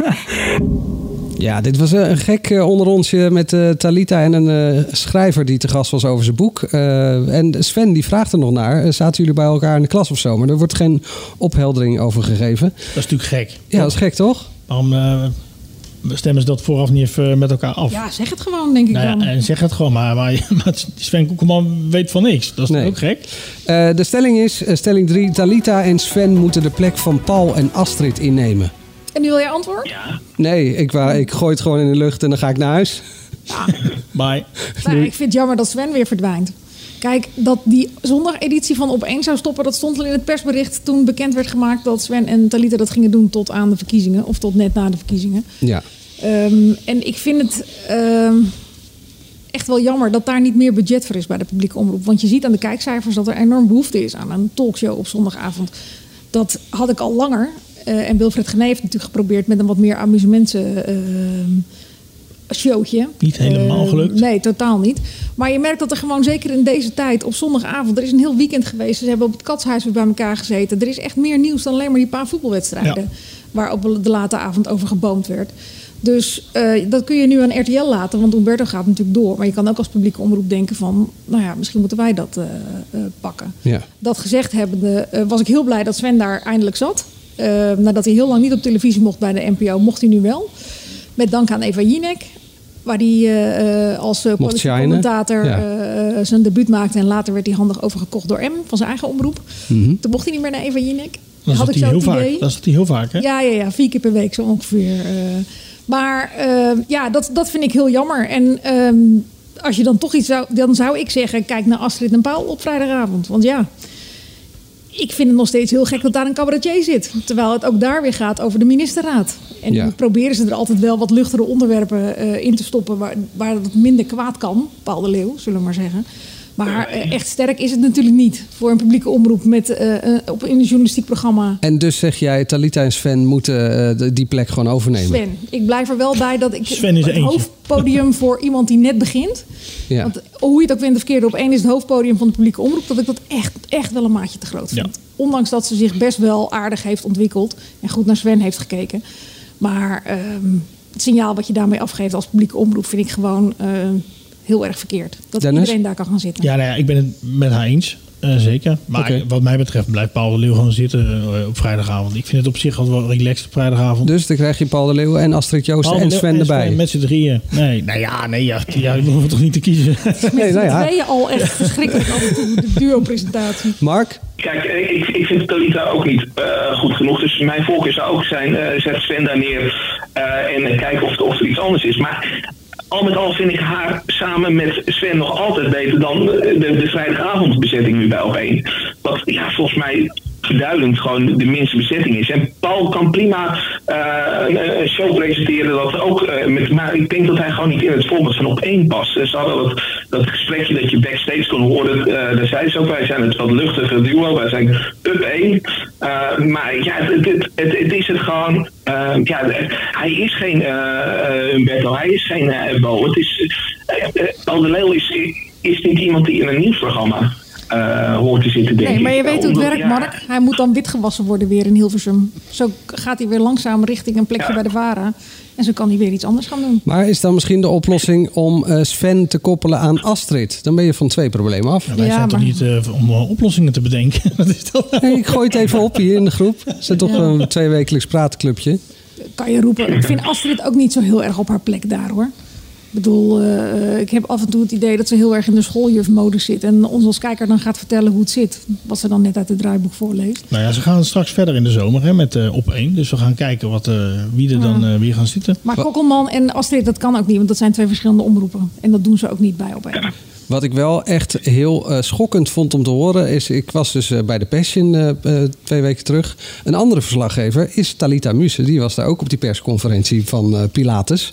Ja, dit was een gek uh, onderonsje met uh, Talita en een uh, schrijver die te gast was over zijn boek. Uh, en Sven die vraagt er nog naar. Uh, zaten jullie bij elkaar in de klas of zo? Maar er wordt geen opheldering over gegeven. Dat is natuurlijk gek. Ja, dat is gek toch? Waarom... Uh... stemmen ze dat vooraf niet even met elkaar af? Ja, zeg het gewoon, denk ik nou ja, dan. En zeg het gewoon, maar, maar, maar Sven Kokkelman weet van niks. Dat is Nee. toch ook gek? Uh, de stelling is, uh, stelling drie, Talita en Sven moeten de plek van Paul en Astrid innemen. En nu wil je antwoord? Ja. Nee, ik, wou, ik gooi het gewoon in de lucht en dan ga ik naar huis. Bye. Nou, ik vind het jammer dat Sven weer verdwijnt. Kijk, dat die zondageditie van Op één zou stoppen, dat stond al in het persbericht toen bekend werd gemaakt dat Sven en Talita dat gingen doen tot aan de verkiezingen. Of tot net na de verkiezingen. Ja. Um, en ik vind het um, echt wel jammer dat daar niet meer budget voor is bij de publieke omroep. Want je ziet aan de kijkcijfers dat er enorm behoefte is aan een talkshow op zondagavond. Dat had ik al langer. Uh, en Wilfred Genee heeft natuurlijk geprobeerd met een wat meer amusements uh, showtje. Niet helemaal Uh, gelukt. Nee, totaal niet. Maar je merkt dat er gewoon zeker in deze tijd op zondagavond, er is een heel weekend geweest. Ze hebben op het Katshuis weer bij elkaar gezeten. Er is echt meer nieuws dan alleen maar die paar voetbalwedstrijden. Ja. Waar op de late avond over geboomd werd. Dus uh, dat kun je nu aan R T L laten, want Umberto gaat natuurlijk door. Maar je kan ook als publieke omroep denken van, nou ja, misschien moeten wij dat uh, uh, pakken. Ja. Dat gezegd hebbende, uh, was ik heel blij dat Sven daar eindelijk zat. Uh, nadat hij heel lang niet op televisie mocht bij de N P O, mocht hij nu wel. Met dank aan Eva Jinek, waar hij uh, als uh, politiek commentator ja. uh, zijn debuut maakte. En later werd hij handig overgekocht door M, van zijn eigen omroep. Mm-hmm. Toen mocht hij niet meer naar Eva Jinek. Dat had is ik zo heel het vaak. idee. Dat is hij heel vaak, hè? Ja, ja, ja, vier keer per week zo ongeveer. Uh, maar uh, ja, dat, dat vind ik heel jammer. En um, als je dan toch iets zou... Dan zou ik zeggen, kijk naar Astrid en Paul op vrijdagavond. Want ja, ik vind het nog steeds heel gek dat daar een cabaretier zit. Terwijl het ook daar weer gaat over de ministerraad. En ja. proberen ze er altijd wel wat luchtere onderwerpen uh, in te stoppen... Waar, waar het minder kwaad kan. Paul de Leeuw, zullen we maar zeggen. Maar uh, echt sterk is het natuurlijk niet voor een publieke omroep met, uh, uh, op in een journalistiek programma. En dus zeg jij, Talita en Sven moeten uh, die plek gewoon overnemen? Sven, ik blijf er wel bij dat ik Sven is het eentje. hoofdpodium voor iemand die net begint. Ja. Want hoe je het ook wint of verkeerd, op één is het hoofdpodium van de publieke omroep. Dat ik dat echt, echt wel een maatje te groot vind. Ja. Ondanks dat ze zich best wel aardig heeft ontwikkeld en goed naar Sven heeft gekeken. Maar um, het signaal wat je daarmee afgeeft als publieke omroep vind ik gewoon... Uh, heel erg verkeerd. Dat Dennis? iedereen daar kan gaan zitten. Ja, nou ja, ik ben het met haar eens. Uh, zeker. Maar Okay. wat mij betreft blijft Paul de Leeuw gewoon zitten uh, op vrijdagavond. Ik vind het op zich al wel relaxed op vrijdagavond. Dus dan krijg je Paul de Leeuw en Astrid Joosten en Sven erbij. Sven met z'n drieën. Nee, nou ja, nee, ja, ja, we hoeven toch niet te kiezen. Nee, nou ja. tweeën al echt verschrikkelijk af en toe, de duo-presentatie. Mark? Kijk, ik, ik vind Talita ook niet uh, goed genoeg. Dus mijn voorkeur zou ook zijn, uh, zet Sven daar neer uh, en kijken of, of er iets anders is. Maar al met al vind ik haar samen met Sven nog altijd beter dan de, de vrijdagavondbezetting nu bij Op één. Wat ja, volgens mij verduidend gewoon de minste bezetting is. En Paul kan prima uh, een, een show presenteren dat ook uh, met, maar ik denk dat hij gewoon niet in het voorbeeld van Op één past. Ze hadden dat, dat gesprekje dat je backstage kon horen, uh, daar zei ze ook, wij zijn het wat luchtige duo, wij zijn Up één. Uh, maar ja, het, het, het, het is het gewoon, uh, ja, hij is geen uh, Umberto, hij is geen uh, Bo. Het is, uh, uh, Paul de Leeuw is, is niet iemand die in een nieuwsprogramma Uh, hoort te zitten, denk nee, maar je ik. weet hoe het Omdat, werkt, ja, Mark. Hij moet dan witgewassen worden weer in Hilversum. Zo gaat hij weer langzaam richting een plekje ja. bij de VARA. En zo kan hij weer iets anders gaan doen. Maar is dan misschien de oplossing om uh, Sven te koppelen aan Astrid? Dan ben je van twee problemen af. Ja, wij ja, zijn maar... toch niet uh, om uh, oplossingen te bedenken? Wat is dat nou? Nee, ik gooi het even op hier in de groep. Het is toch ja. een tweewekelijks praatclubje. Kan je roepen. Ik vind Astrid ook niet zo heel erg op haar plek daar, hoor. Ik bedoel, uh, ik heb af en toe het idee dat ze heel erg in de schooljufmodus zit. En ons als kijker dan gaat vertellen hoe het zit. Wat ze dan net uit het draaiboek voorleest. Nou ja, ze gaan straks verder in de zomer hè, met uh, Op één. Dus we gaan kijken wat, uh, wie er ja. dan uh, weer gaan zitten. Maar Kokkelman en Astrid, dat kan ook niet. Want dat zijn twee verschillende omroepen. En dat doen ze ook niet bij Op één. Wat ik wel echt heel uh, schokkend vond om te horen is... Ik was dus uh, bij de Passion uh, uh, twee weken terug. Een andere verslaggever is Talita Muse. Die was daar ook op die persconferentie van uh, Pilates.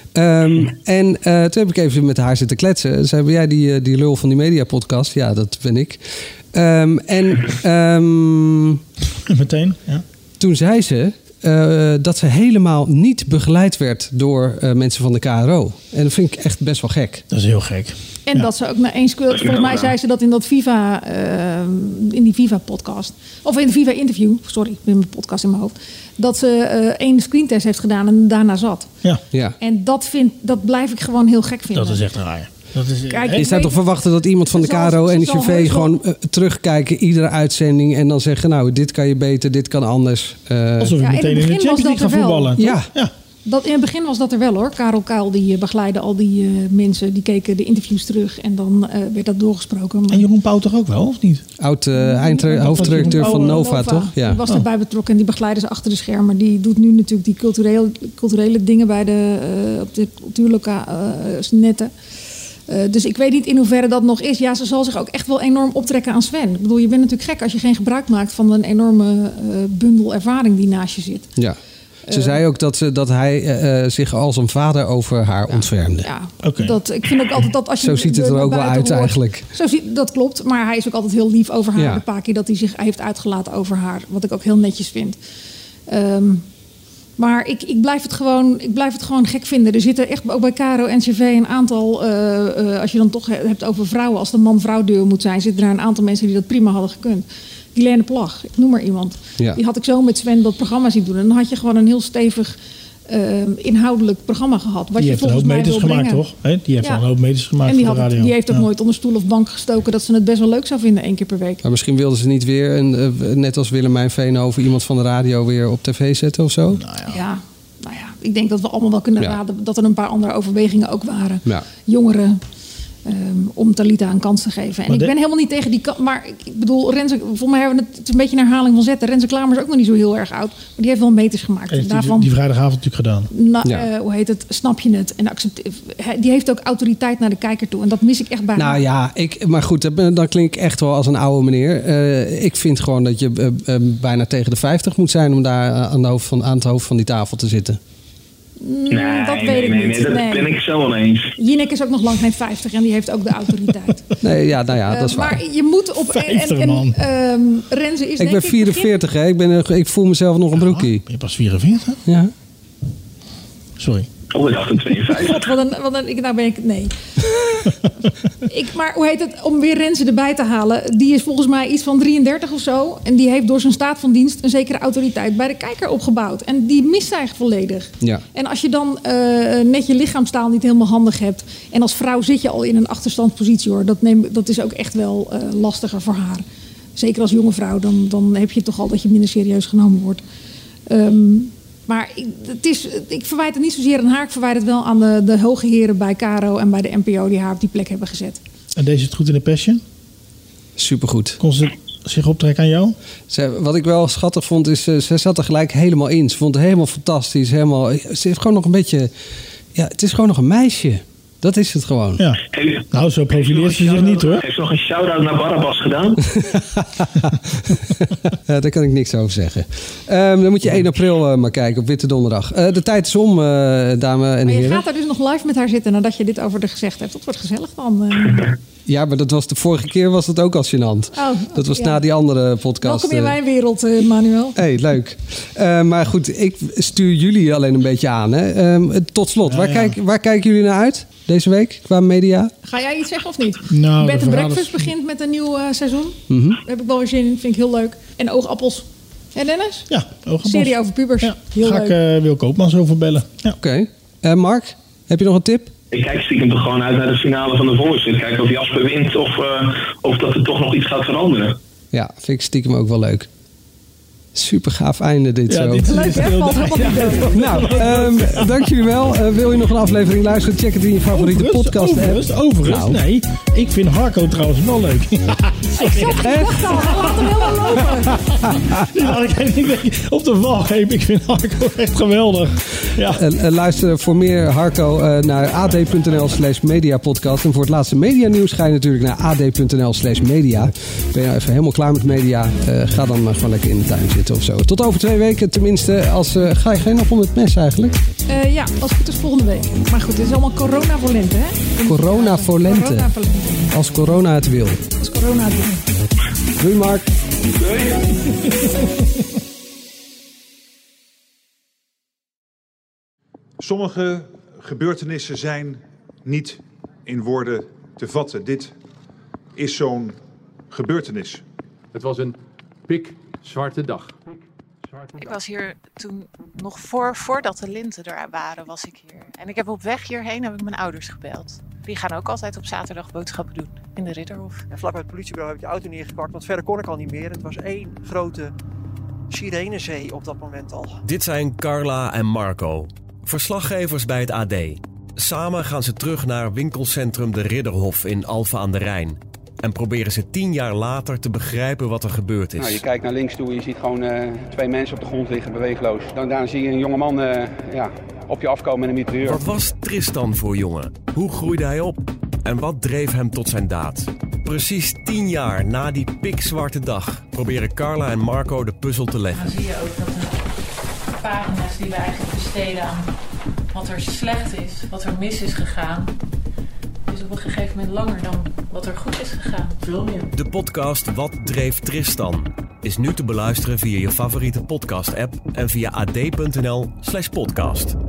Um, en uh, toen heb ik even met haar zitten kletsen. Ze hebben jij die, uh, die lul van die mediapodcast? Ja, dat ben ik. Um, en um, meteen, ja. Toen zei ze... Uh, dat ze helemaal niet begeleid werd door uh, mensen van de K R O. En dat vind ik echt best wel gek. Dat is heel gek. En ja. dat ze ook naar één... Volgens mij zei ze dat in dat Viva... Uh, in die Viva-podcast... Of in de Viva-interview... Sorry, ik ben mijn podcast in mijn hoofd. Dat ze uh, één screentest heeft gedaan en daarna zat. Ja. ja. En dat, vind, dat blijf ik gewoon heel gek vinden. Dat is echt raar. Dat is, Kijk, je zou toch verwachten dat iemand van de K R O en de C V gewoon uh, terugkijken, iedere uitzending en dan zeggen, nou, dit kan je beter, dit kan anders. Uh, Alsof je ja, meteen in, in de Champions League gaan voetballen. Ja. ja. Dat, in het begin was dat er wel hoor. Karel Kuil die begeleidde al die uh, mensen. Die keken de interviews terug en dan uh, werd dat doorgesproken. Maar... En Jeroen Pauw toch ook wel, of niet? Oud uh, eindre- hoofdredacteur van Nova, Nova, toch? Ja. Die was erbij betrokken en die begeleidde ze achter de schermen. Die doet nu natuurlijk die culturele, culturele dingen bij de, uh, op de cultuurnetten. Uh, dus ik weet niet in hoeverre dat nog is. Ja, ze zal zich ook echt wel enorm optrekken aan Sven. Ik bedoel, je bent natuurlijk gek als je geen gebruik maakt van een enorme uh, bundel ervaring die naast je zit. Ja. Ze uh, zei ook dat, ze, dat hij uh, zich als een vader over haar ja, ontfermde. Ja, okay. dat, ik vind ook altijd dat als je... Zo ziet het er ook wel uit hoort, eigenlijk. Zo ziet, dat klopt, maar hij is ook altijd heel lief over haar. Ja. De paar keer dat hij zich heeft uitgelaten over haar. Wat ik ook heel netjes vind. Um, maar ik, ik, blijf het gewoon, ik blijf het gewoon gek vinden. Er zitten echt ook bij Caro en C V een aantal... Uh, uh, als je dan toch hebt over vrouwen... als de man-vrouw duo moet zijn... zitten er een aantal mensen die dat prima hadden gekund. Guilaine Plag, ik noem maar iemand. Ja. Die had ik zo met Sven dat programma zien doen. En dan had je gewoon een heel stevig uh, inhoudelijk programma gehad. Wat die je heeft een hoop meters gemaakt, toch? He? Die heeft ja. al een hoop meters gemaakt en die voor de radio. Het, die heeft ook ja. nooit onder stoel of bank gestoken... dat ze het best wel leuk zou vinden één keer per week. Maar misschien wilden ze niet weer, een, uh, net als Willemijn Veenhoven... iemand van de radio weer op tv zetten of zo? Nou ja. ja. Nou ja, ik denk dat we allemaal wel kunnen ja. raden... dat er een paar andere overwegingen ook waren. Ja. Jongeren... Um, om Talita een kans te geven. En maar ik ben helemaal niet tegen die kans. Maar ik bedoel, Renze, volgens mij hebben we het, het is een beetje een herhaling van zetten. Renze Klamer is ook nog niet zo heel erg oud. Maar die heeft wel meters gemaakt. Heeft Daarvan, die, die vrijdagavond natuurlijk gedaan. Na, ja. uh, hoe heet het? Snap je het? En accepteer, die heeft ook autoriteit naar de kijker toe. En dat mis ik echt bij nou, haar. Nou ja, ik, maar goed, dan klink ik echt wel als een oude meneer. Uh, ik vind gewoon dat je uh, uh, bijna tegen de vijftig moet zijn... om daar aan, de hoofd van, aan het hoofd van die tafel te zitten. Nee, dat weet nee, ik nee, niet. Nee, dat nee. ben ik zo oneens. Jinek is ook nog lang geen vijftig en die heeft ook de autoriteit. Nee, ja, nou ja, dat is uh, waar. Maar je moet op... vijftig, en, man. En, um, Renze is ik denk ben vierenveertig, hè. Ik, ben, ik voel mezelf nog een broekie. Ben je pas vierenveertig? Ja. Sorry. Oh, ik dacht een tweeënvijftig. God, wat een, wat een, ik, nou ben ik... Nee. ik, maar hoe heet het? Om weer Renze erbij te halen. Die is volgens mij iets van drieëndertig of zo. En die heeft door zijn staat van dienst een zekere autoriteit bij de kijker opgebouwd. En die mist hij volledig. Ja. En als je dan uh, net je lichaamstaal niet helemaal handig hebt. En als vrouw zit je al in een achterstandspositie hoor. Dat, neem, dat is ook echt wel uh, lastiger voor haar. Zeker als jonge vrouw. Dan, dan heb je toch al dat je minder serieus genomen wordt. Um, Maar het is, ik verwijt het niet zozeer aan haar. Ik verwijt het wel aan de, de hoge heren bij Caro en bij de N P O... die haar op die plek hebben gezet. En deze het goed in de passion? Supergoed. Kon ze zich optrekken aan jou? Ze, wat ik wel schattig vond is... Uh, ze zat er gelijk helemaal in. Ze vond het helemaal fantastisch. Helemaal, ze heeft gewoon nog een beetje... Ja, het is gewoon nog een meisje. Dat is het gewoon. Ja. Heeft, nou, zo profileert ze zich niet hoor. Heeft ze nog een shout-out naar Barabbas gedaan? uh, daar kan ik niks over zeggen. Um, dan moet je één april uh, maar kijken op Witte Donderdag. Uh, de tijd is om, uh, dames en heren. Maar je gaat daar dus nog live met haar zitten nadat je dit over haar gezegd hebt. Dat wordt gezellig dan. Uh. Ja, maar dat was de vorige keer was dat ook al gênant. Oh, dat was ja. na die andere podcast. Welkom in mijn wereld, uh, Manuel. Hey, leuk. Uh, maar goed, ik stuur jullie alleen een beetje aan. Hè. Um, tot slot, ja, waar, ja. Kijk, waar kijken jullie naar uit deze week qua media? Ga jij iets zeggen of niet? Nou, Bed and Breakfast begint met een nieuw uh, seizoen. Mm-hmm. Daar heb ik wel weer zin in. Vind ik heel leuk. En Oogappels. En Dennis? Ja, Oogappels. Serie over pubers. Ja. Heel Ga leuk. ik uh, Wil Koopmans over bellen. Ja. Oké. Okay. Uh, Mark, heb je nog een tip? Ik kijk stiekem toch gewoon uit naar de finale van de Voice. Kijken of Jasper wint of, uh, of dat er toch nog iets gaat veranderen. Ja, vind ik stiekem ook wel leuk. Super gaaf einde dit ja, zo. Dit leuk hè? Valt helemaal niet dood. Nou, um, dank jullie wel. Uh, wil je nog een aflevering luisteren? Check het in je favoriete podcast. Overigens, overigens. Nou. Nee, ik vind Harco trouwens wel leuk. Ik zag het wacht al. Laat hem helemaal lopen. Die ik op de valreep. Ik vind Harco echt geweldig. Ja. Uh, uh, luister voor meer Harco uh, naar ad.nl slash mediapodcast. En voor het laatste medianieuws ga je natuurlijk naar ad.nl slash media. Ben je nou even helemaal klaar met media? Uh, ga dan maar gewoon lekker in de tuin zitten of zo. Tot over twee weken tenminste. Als, uh, ga je geen nog om het mes eigenlijk? Uh, ja, als het goed is volgende week. Maar goed, het is allemaal corona voor lente, hè? Corona voor lente. Corona voor lente. Als corona het wil. Als corona het wil. Doei Mark. Sommige gebeurtenissen zijn niet in woorden te vatten. Dit is zo'n gebeurtenis. Het was een pikzwarte dag. Ik was hier toen nog voor, voordat de linten er waren, was ik hier. En ik heb op weg hierheen heb ik mijn ouders gebeld. Die gaan ook altijd op zaterdag boodschappen doen in de Ridderhof. En vlak bij het politiebureau heb ik de auto neergepakt, want verder kon ik al niet meer. Het was één grote sirenezee op dat moment al. Dit zijn Carla en Marco. Verslaggevers bij het A D. Samen gaan ze terug naar winkelcentrum De Ridderhof in Alphen aan de Rijn. En proberen ze tien jaar later te begrijpen wat er gebeurd is. Nou, je kijkt naar links toe en je ziet gewoon uh, twee mensen op de grond liggen, beweegloos. Dan daarna zie je een jongeman uh, ja, op je afkomen met een mitrailleur. Wat was Tristan voor jongen? Hoe groeide hij op? En wat dreef hem tot zijn daad? Precies tien jaar na die pikzwarte dag proberen Carla en Marco de puzzel te leggen. Dan zie je ook dat de pagina's die we eigenlijk besteden aan wat er slecht is, wat er mis is gegaan, is op een gegeven moment langer dan wat er goed is gegaan. Veel meer. De podcast Wat dreef Tristan is nu te beluisteren via je favoriete podcast-app en via ad punt n l slash podcast.